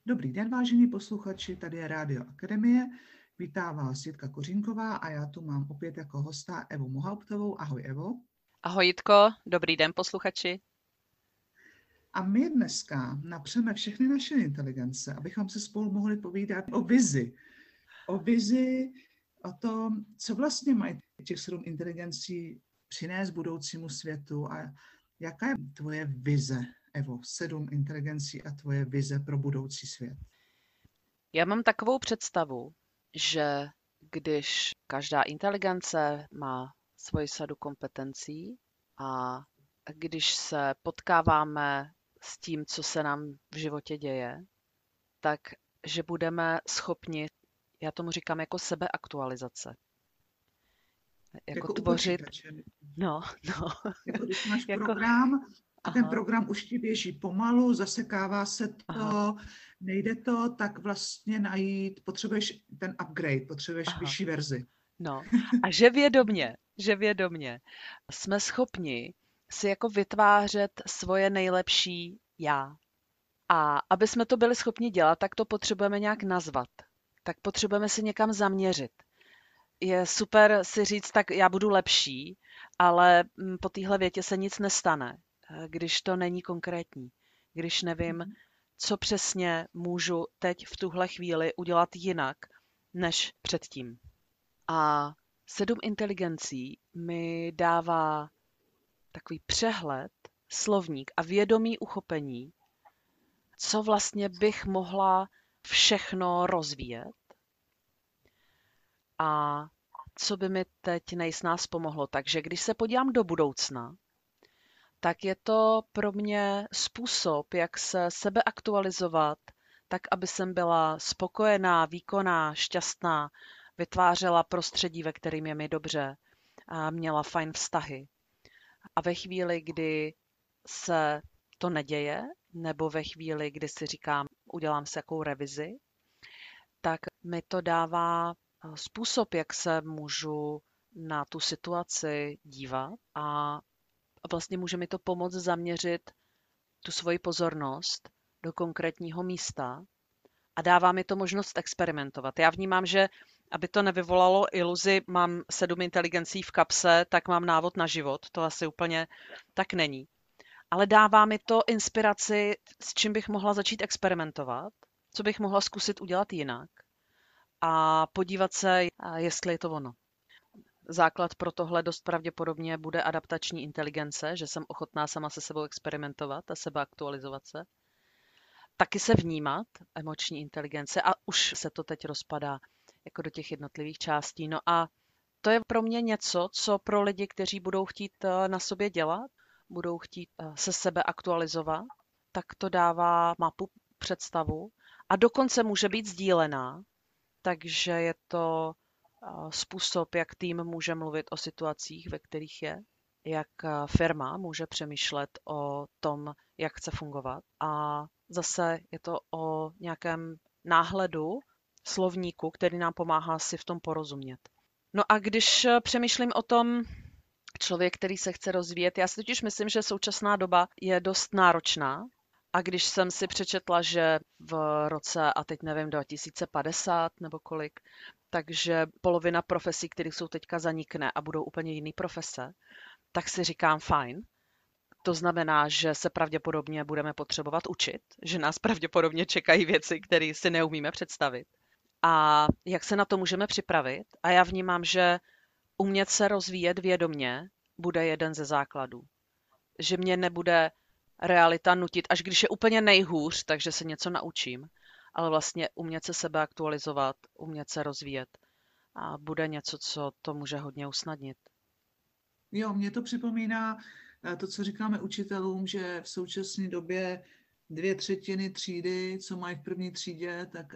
Dobrý den, vážení posluchači, tady je Rádio Akademie. Vítá vás Jitka Kořínková a já tu mám opět jako hosta Evu Mohauptovou. Ahoj, Evo. Ahoj Jitko, dobrý den posluchači. A my dneska napřeme všechny naše inteligence, abychom se spolu mohli povídat o vizi. O vizi, o tom, co vlastně mají těch 7 inteligencí přinést budoucímu světu a jaká je tvoje vize, Evo, 7 inteligencí a tvoje vize pro budoucí svět. Já mám takovou představu, že když každá inteligence má svoji sadu kompetencí a když se potkáváme s tím, co se nám v životě děje, tak že budeme schopni, já tomu říkám jako sebeaktualizace. Jako Jako u tvořit, počítače. no, Jako když máš jako, program a ten aha, program už ti běží pomalu, zasekává se aha, to, nejde to, tak vlastně potřebuješ ten upgrade, potřebuješ aha, vyšší verzi. no. A že vědomě jsme schopni si jako vytvářet svoje nejlepší já. A aby jsme to byli schopni dělat, tak to potřebujeme nějak nazvat. Tak potřebujeme si někam zaměřit. Je super si říct, tak já budu lepší, ale po téhle větě se nic nestane, když to není konkrétní. Když nevím, co přesně můžu teď v tuhle chvíli udělat jinak, než předtím. A 7 inteligencí mi dává takový přehled, slovník a vědomí uchopení, co vlastně bych mohla všechno rozvíjet a co by mi teď nejsnáz pomohlo. Takže když se podívám do budoucna, tak je to pro mě způsob, jak se sebe aktualizovat, tak aby jsem byla spokojená, výkonná, šťastná, vytvářela prostředí, ve kterém je mi dobře, a měla fajn vztahy. A ve chvíli, kdy se to neděje, nebo ve chvíli, kdy si říkám, udělám si jakou revizi, tak mi to dává způsob, jak se můžu na tu situaci dívat a vlastně může mi to pomoct zaměřit tu svoji pozornost do konkrétního místa a dává mi to možnost experimentovat. Já vnímám, že aby to nevyvolalo iluzi, mám 7 inteligencí v kapse, tak mám návod na život. To asi úplně tak není. Ale dává mi to inspiraci, s čím bych mohla začít experimentovat, co bych mohla zkusit udělat jinak a podívat se, jestli je to ono. Základ pro tohle dost pravděpodobně bude adaptační inteligence, že jsem ochotná sama se sebou experimentovat a sebe aktualizovat se. Taky se vnímat, emoční inteligence, a už se to teď rozpadá jako do těch jednotlivých částí. No a to je pro mě něco, co pro lidi, kteří budou chtít na sobě dělat, budou chtít se sebe aktualizovat, tak to dává mapu, představu a dokonce může být sdílená, takže je to způsob, jak tým může mluvit o situacích, ve kterých je, jak firma může přemýšlet o tom, jak chce fungovat. A zase je to o nějakém náhledu, slovníku, který nám pomáhá si v tom porozumět. No a když přemýšlím o tom, člověk, který se chce rozvíjet, já si totiž myslím, že současná doba je dost náročná. A když jsem si přečetla, že v roce, a teď nevím, 2050 nebo kolik, takže polovina profesí, které jsou teďka, zanikne a budou úplně jiný profese, tak si říkám fajn. To znamená, že se pravděpodobně budeme potřebovat učit, že nás pravděpodobně čekají věci, které si neumíme představit. A jak se na to můžeme připravit? A já vnímám, že umět se rozvíjet vědomně bude jeden ze základů. Že mě nebude realita nutit, až když je úplně nejhůř, takže se něco naučím, ale vlastně umět se sebe aktualizovat, umět se rozvíjet a bude něco, co to může hodně usnadnit. Jo, mě to připomíná to, co říkáme učitelům, že v současné době 2/3 třídy, co mají v první třídě, tak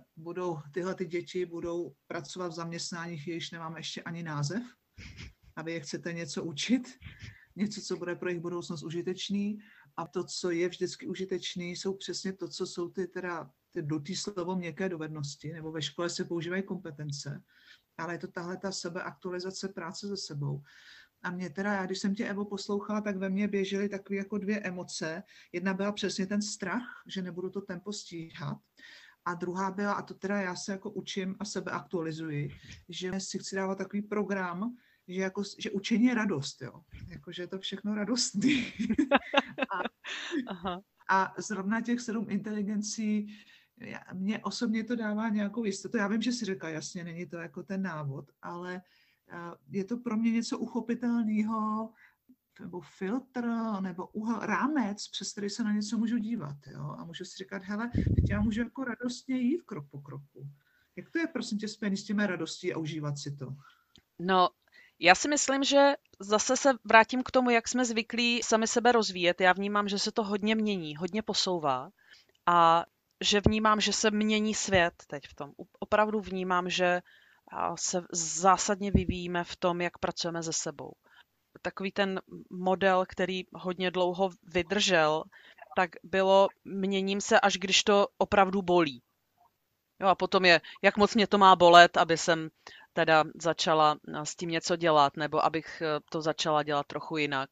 tyhle ty děti budou pracovat v zaměstnáních, jejichž nemáme ještě ani název. A vy je chcete něco učit, něco, co bude pro jejich budoucnost užitečný. A to, co je vždycky užitečný, jsou přesně to, co jsou ty dutý slovo měkké dovednosti, nebo ve škole se používají kompetence, ale je to tahle ta sebeaktualizace, práce se sebou. A mě teda, já když jsem tě, Evo, poslouchala, tak ve mně běžely takové jako dvě emoce. Jedna byla přesně ten strach, že nebudu to tempo stíhat. A druhá byla, a to teda já se jako učím a sebe aktualizuji, že si chci dávat takový program, že učení je radost, jo. Jako, že je to všechno radostný. Aha. A zrovna těch 7 inteligencí, mně osobně to dává nějakou jistotu. Já vím, že si řekla, jasně, není to jako ten návod, ale je to pro mě něco uchopitelného, nebo filtr, nebo rámec, přes který se na něco můžu dívat. Jo? A můžu si říkat, hele, teď já můžu jako radostně jít krok po kroku. Jak to je, prosím tě, spojený s těmi radostí a užívat si to? No, já si myslím, že zase se vrátím k tomu, jak jsme zvyklí sami sebe rozvíjet. Já vnímám, že se to hodně mění, hodně posouvá a že vnímám, že se mění svět teď v tom. Opravdu vnímám, že se zásadně vyvíjíme v tom, jak pracujeme se sebou. Takový ten model, který hodně dlouho vydržel, tak bylo měním se, až když to opravdu bolí. Jo, a potom je, jak moc mě to má bolet, aby jsem teda začala s tím něco dělat, nebo abych to začala dělat trochu jinak.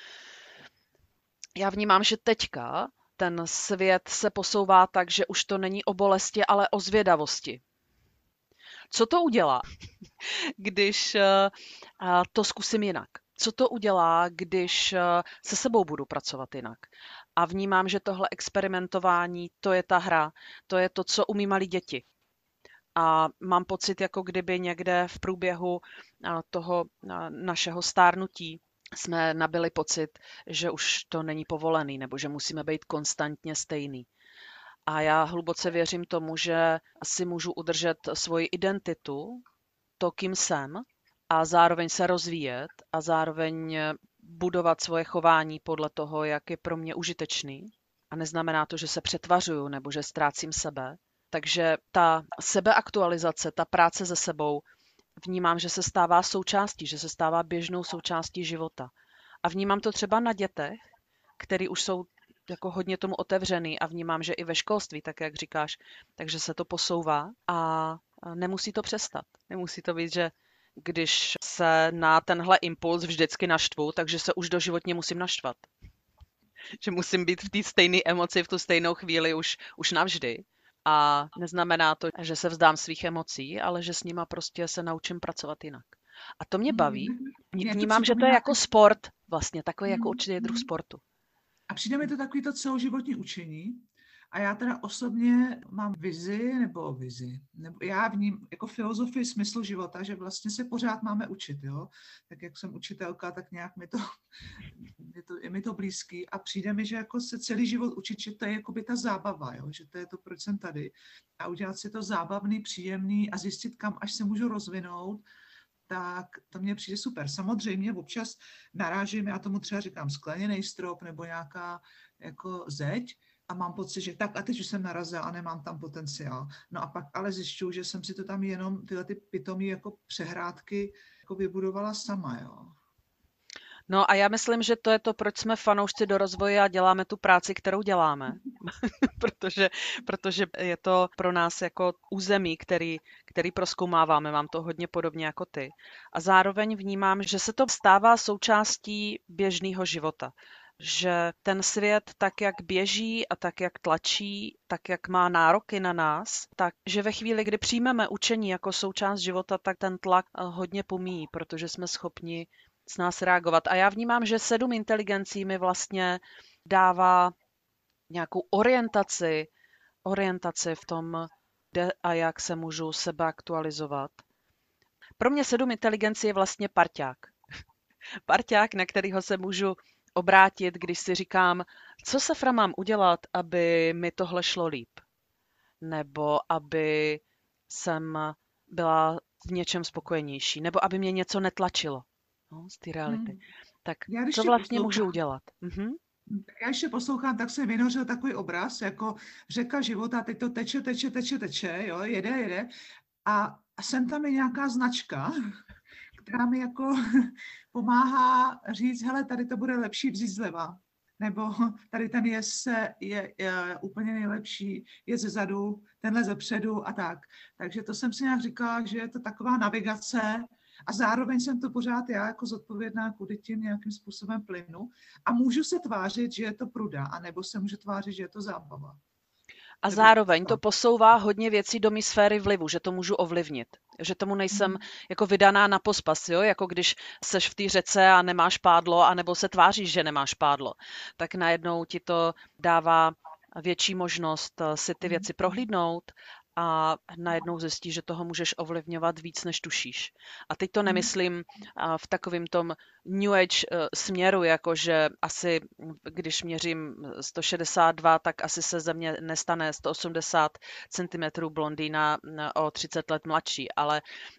Já vnímám, že teďka ten svět se posouvá tak, že už to není o bolesti, ale o zvědavosti. Co to udělá, když to zkusím jinak? Co to udělá, když se sebou budu pracovat jinak? A vnímám, že tohle experimentování, to je ta hra, to je to, co umí malí děti. A mám pocit, jako kdyby někde v průběhu toho našeho stárnutí jsme nabili pocit, že už to není povolený, nebo že musíme být konstantně stejný. A já hluboce věřím tomu, že si můžu udržet svoji identitu, to, kým jsem, a zároveň se rozvíjet a zároveň budovat svoje chování podle toho, jak je pro mě užitečný. A neznamená to, že se přetvařuju nebo že ztrácím sebe. Takže ta sebeaktualizace, ta práce se sebou, vnímám, že se stává součástí, že se stává běžnou součástí života. A vnímám to třeba na dětech, který už jsou jako hodně tomu otevřený a vnímám, že i ve školství, tak jak říkáš, takže se to posouvá a nemusí to přestat. Nemusí to být, že když se na tenhle impuls vždycky naštvu, takže se už doživotně musím naštvat. Že musím být v té stejné emoci v tu stejnou chvíli už navždy. A neznamená to, že se vzdám svých emocí, ale že s nima prostě se naučím pracovat jinak. A to mě baví. Vnímám, že to je jako sport, vlastně takový jako určitý druh sportu. A přijde mi to takový to celoživotní učení. A já teda osobně mám vizi, nebo já vním jako filozofii smyslu života, že vlastně se pořád máme učit, jo. Tak jak jsem učitelka, tak nějak je mi to blízký a přijde mi, že jako se celý život učit, že to je jako by ta zábava, jo, že to je to, proč jsem tady. A udělat si to zábavný, příjemný a zjistit, kam až se můžu rozvinout, tak to mně přijde super. Samozřejmě občas narážím, já tomu třeba říkám skleněný strop nebo nějaká jako zeď, a mám pocit, že tak a teď už jsem narazila a nemám tam potenciál. No a pak ale zjišťuju, že jsem si to tam jenom tyhle ty pitomí jako přehrádky jako vybudovala sama, jo. No a já myslím, že to je to, proč jsme fanoušci do rozvoje a děláme tu práci, kterou děláme. protože je to pro nás jako území, který prozkoumáváme. Mám to hodně podobně jako ty. A zároveň vnímám, že se to stává součástí běžného života. Že ten svět tak, jak běží a tak, jak tlačí, tak, jak má nároky na nás, tak, že ve chvíli, kdy přijmeme učení jako součást života, tak ten tlak hodně pomíjí, protože jsme schopni s nás reagovat. A já vnímám, že 7 inteligencí mi vlastně dává nějakou orientaci v tom, kde a jak se můžu sebe aktualizovat. Pro mě 7 inteligencí je vlastně parťák. Parťák, na kterýho se můžu obrátit, když si říkám, co Safra mám udělat, aby mi tohle šlo líp. Nebo aby jsem byla v něčem spokojenější. Nebo aby mě něco netlačilo. No, z té reality. Tak co vlastně můžu udělat? Já ještě poslouchám, tak se vynořil takový obraz, jako řeka života, teď to teče, jo, jede. A sem tam je nějaká značka, která mi jako pomáhá říct, hele, tady to bude lepší vzít zleva. Nebo tady ten je úplně nejlepší, je zezadu, tenhle zepředu a tak. Takže to jsem si nějak říkala, že je to taková navigace A zároveň jsem to pořád já jako zodpovědná kudy tím nějakým způsobem plynu a můžu se tvářit, že je to pruda, anebo se můžu tvářit, že je to zábava. A Nebo zároveň to posouvá hodně věcí do mý sféry vlivu, že to můžu ovlivnit. Že tomu nejsem jako vydaná na pospas, jo? Jako když seš v té řece a nemáš pádlo, anebo se tváříš, že nemáš pádlo. Tak najednou ti to dává větší možnost si ty věci prohlídnout a najednou zjistíš, že toho můžeš ovlivňovat víc, než tušíš. A teď to nemyslím v takovém tom New Age směru, jakože asi, když měřím 162, tak asi se ze mě nestane 180 cm blondýna o 30 let mladší, ale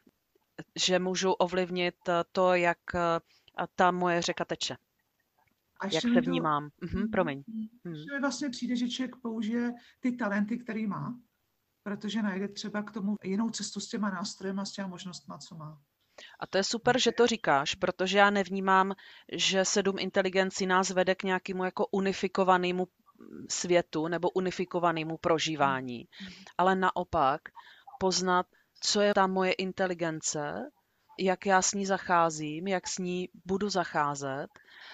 že můžu ovlivnit to, jak ta moje řeka teče. Jak se vnímám. Promiň. Že vlastně přijde, že člověk použije ty talenty, který má, protože najde třeba k tomu jinou cestu s těma nástrojema, s těma možnostma, co má. A to je super, že to říkáš, protože já nevnímám, že 7 inteligencí nás vede k nějakému jako unifikovanému světu nebo unifikovanému prožívání. Ale naopak poznat, co je ta moje inteligence, jak já s ní zacházím, jak s ní budu zacházet.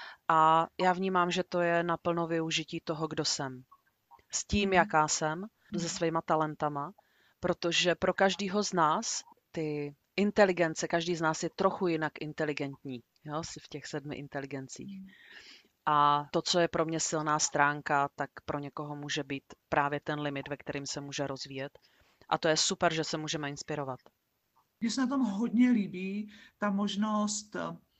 A já vnímám, že to je naplno využití toho, kdo jsem. S tím, jaká jsem, se svýma talentama, protože pro každýho z nás ty inteligence, každý z nás je trochu jinak inteligentní, jo, v těch 7 inteligencích. A to, co je pro mě silná stránka, tak pro někoho může být právě ten limit, ve kterým se může rozvíjet. A to je super, že se můžeme inspirovat. Mně se na tom hodně líbí ta možnost,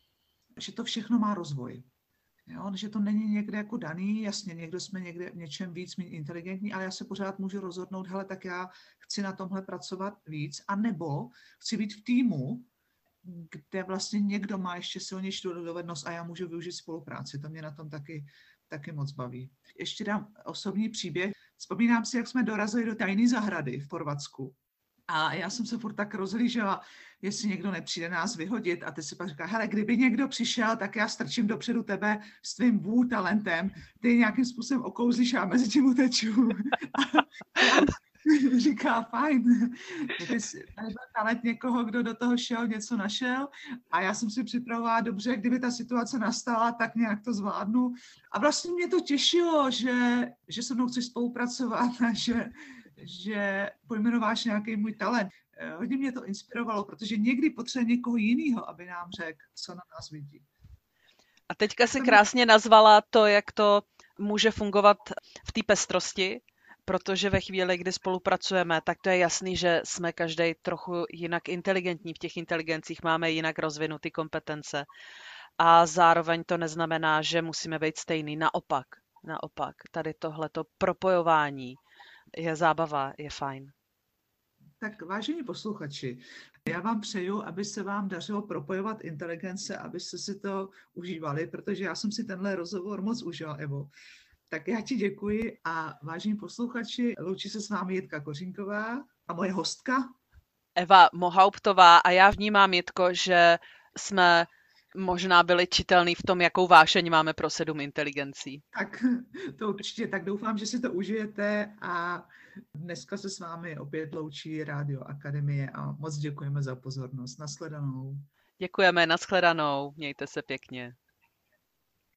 že to všechno má rozvoj. Jo, že to není někde jako daný, jasně, někdo jsme někde v něčem víc méně inteligentní, ale já se pořád můžu rozhodnout, hele, tak já chci na tomhle pracovat víc, anebo chci být v týmu, kde vlastně někdo má ještě silnější dovednost a já můžu využít spolupráci. To mě na tom taky moc baví. Ještě dám osobní příběh. Vzpomínám si, jak jsme dorazili do tajné zahrady v Chorvatsku. A já jsem se furt tak rozhlížela, jestli někdo nepřijde nás vyhodit. A ty si pak říká, hele, kdyby někdo přišel, tak já strčím dopředu tebe s tvým vů talentem. Ty nějakým způsobem okouzlíš a mezi tím uteču. Říká, fajn. Tady byl talent někoho, kdo do toho šel, něco našel. A já jsem si připravovala dobře, kdyby ta situace nastala, tak nějak to zvládnu. A vlastně mě to těšilo, že se mnou chceš spolupracovat a že pojmenováš nějaký můj talent. Hodně mě to inspirovalo, protože někdy potřebuje někoho jiného, aby nám řekl, co na nás vidí. A teďka si krásně nazvala to, jak to může fungovat v té pestrosti, protože ve chvíli, kdy spolupracujeme, tak to je jasný, že jsme každý trochu jinak inteligentní. V těch inteligencích máme jinak rozvinuté kompetence. A zároveň to neznamená, že musíme být stejný. Naopak, tady tohleto propojování je zábava, je fajn. Tak vážení posluchači, já vám přeju, aby se vám dařilo propojovat inteligence, abyste si to užívali, protože já jsem si tenhle rozhovor moc užila, Evo. Tak já ti děkuji a vážení posluchači, loučí se s vámi Jitka Kořínková a moje hostka Eva Mohauptová a já vnímám, Jitko, že jsme možná byli čitelný v tom, jakou vášeň máme pro 7 inteligencí. Tak to určitě, tak doufám, že si to užijete a dneska se s vámi opět loučí Rádio Akademie a moc děkujeme za pozornost. Nashledanou. Děkujeme, nashledanou, mějte se pěkně.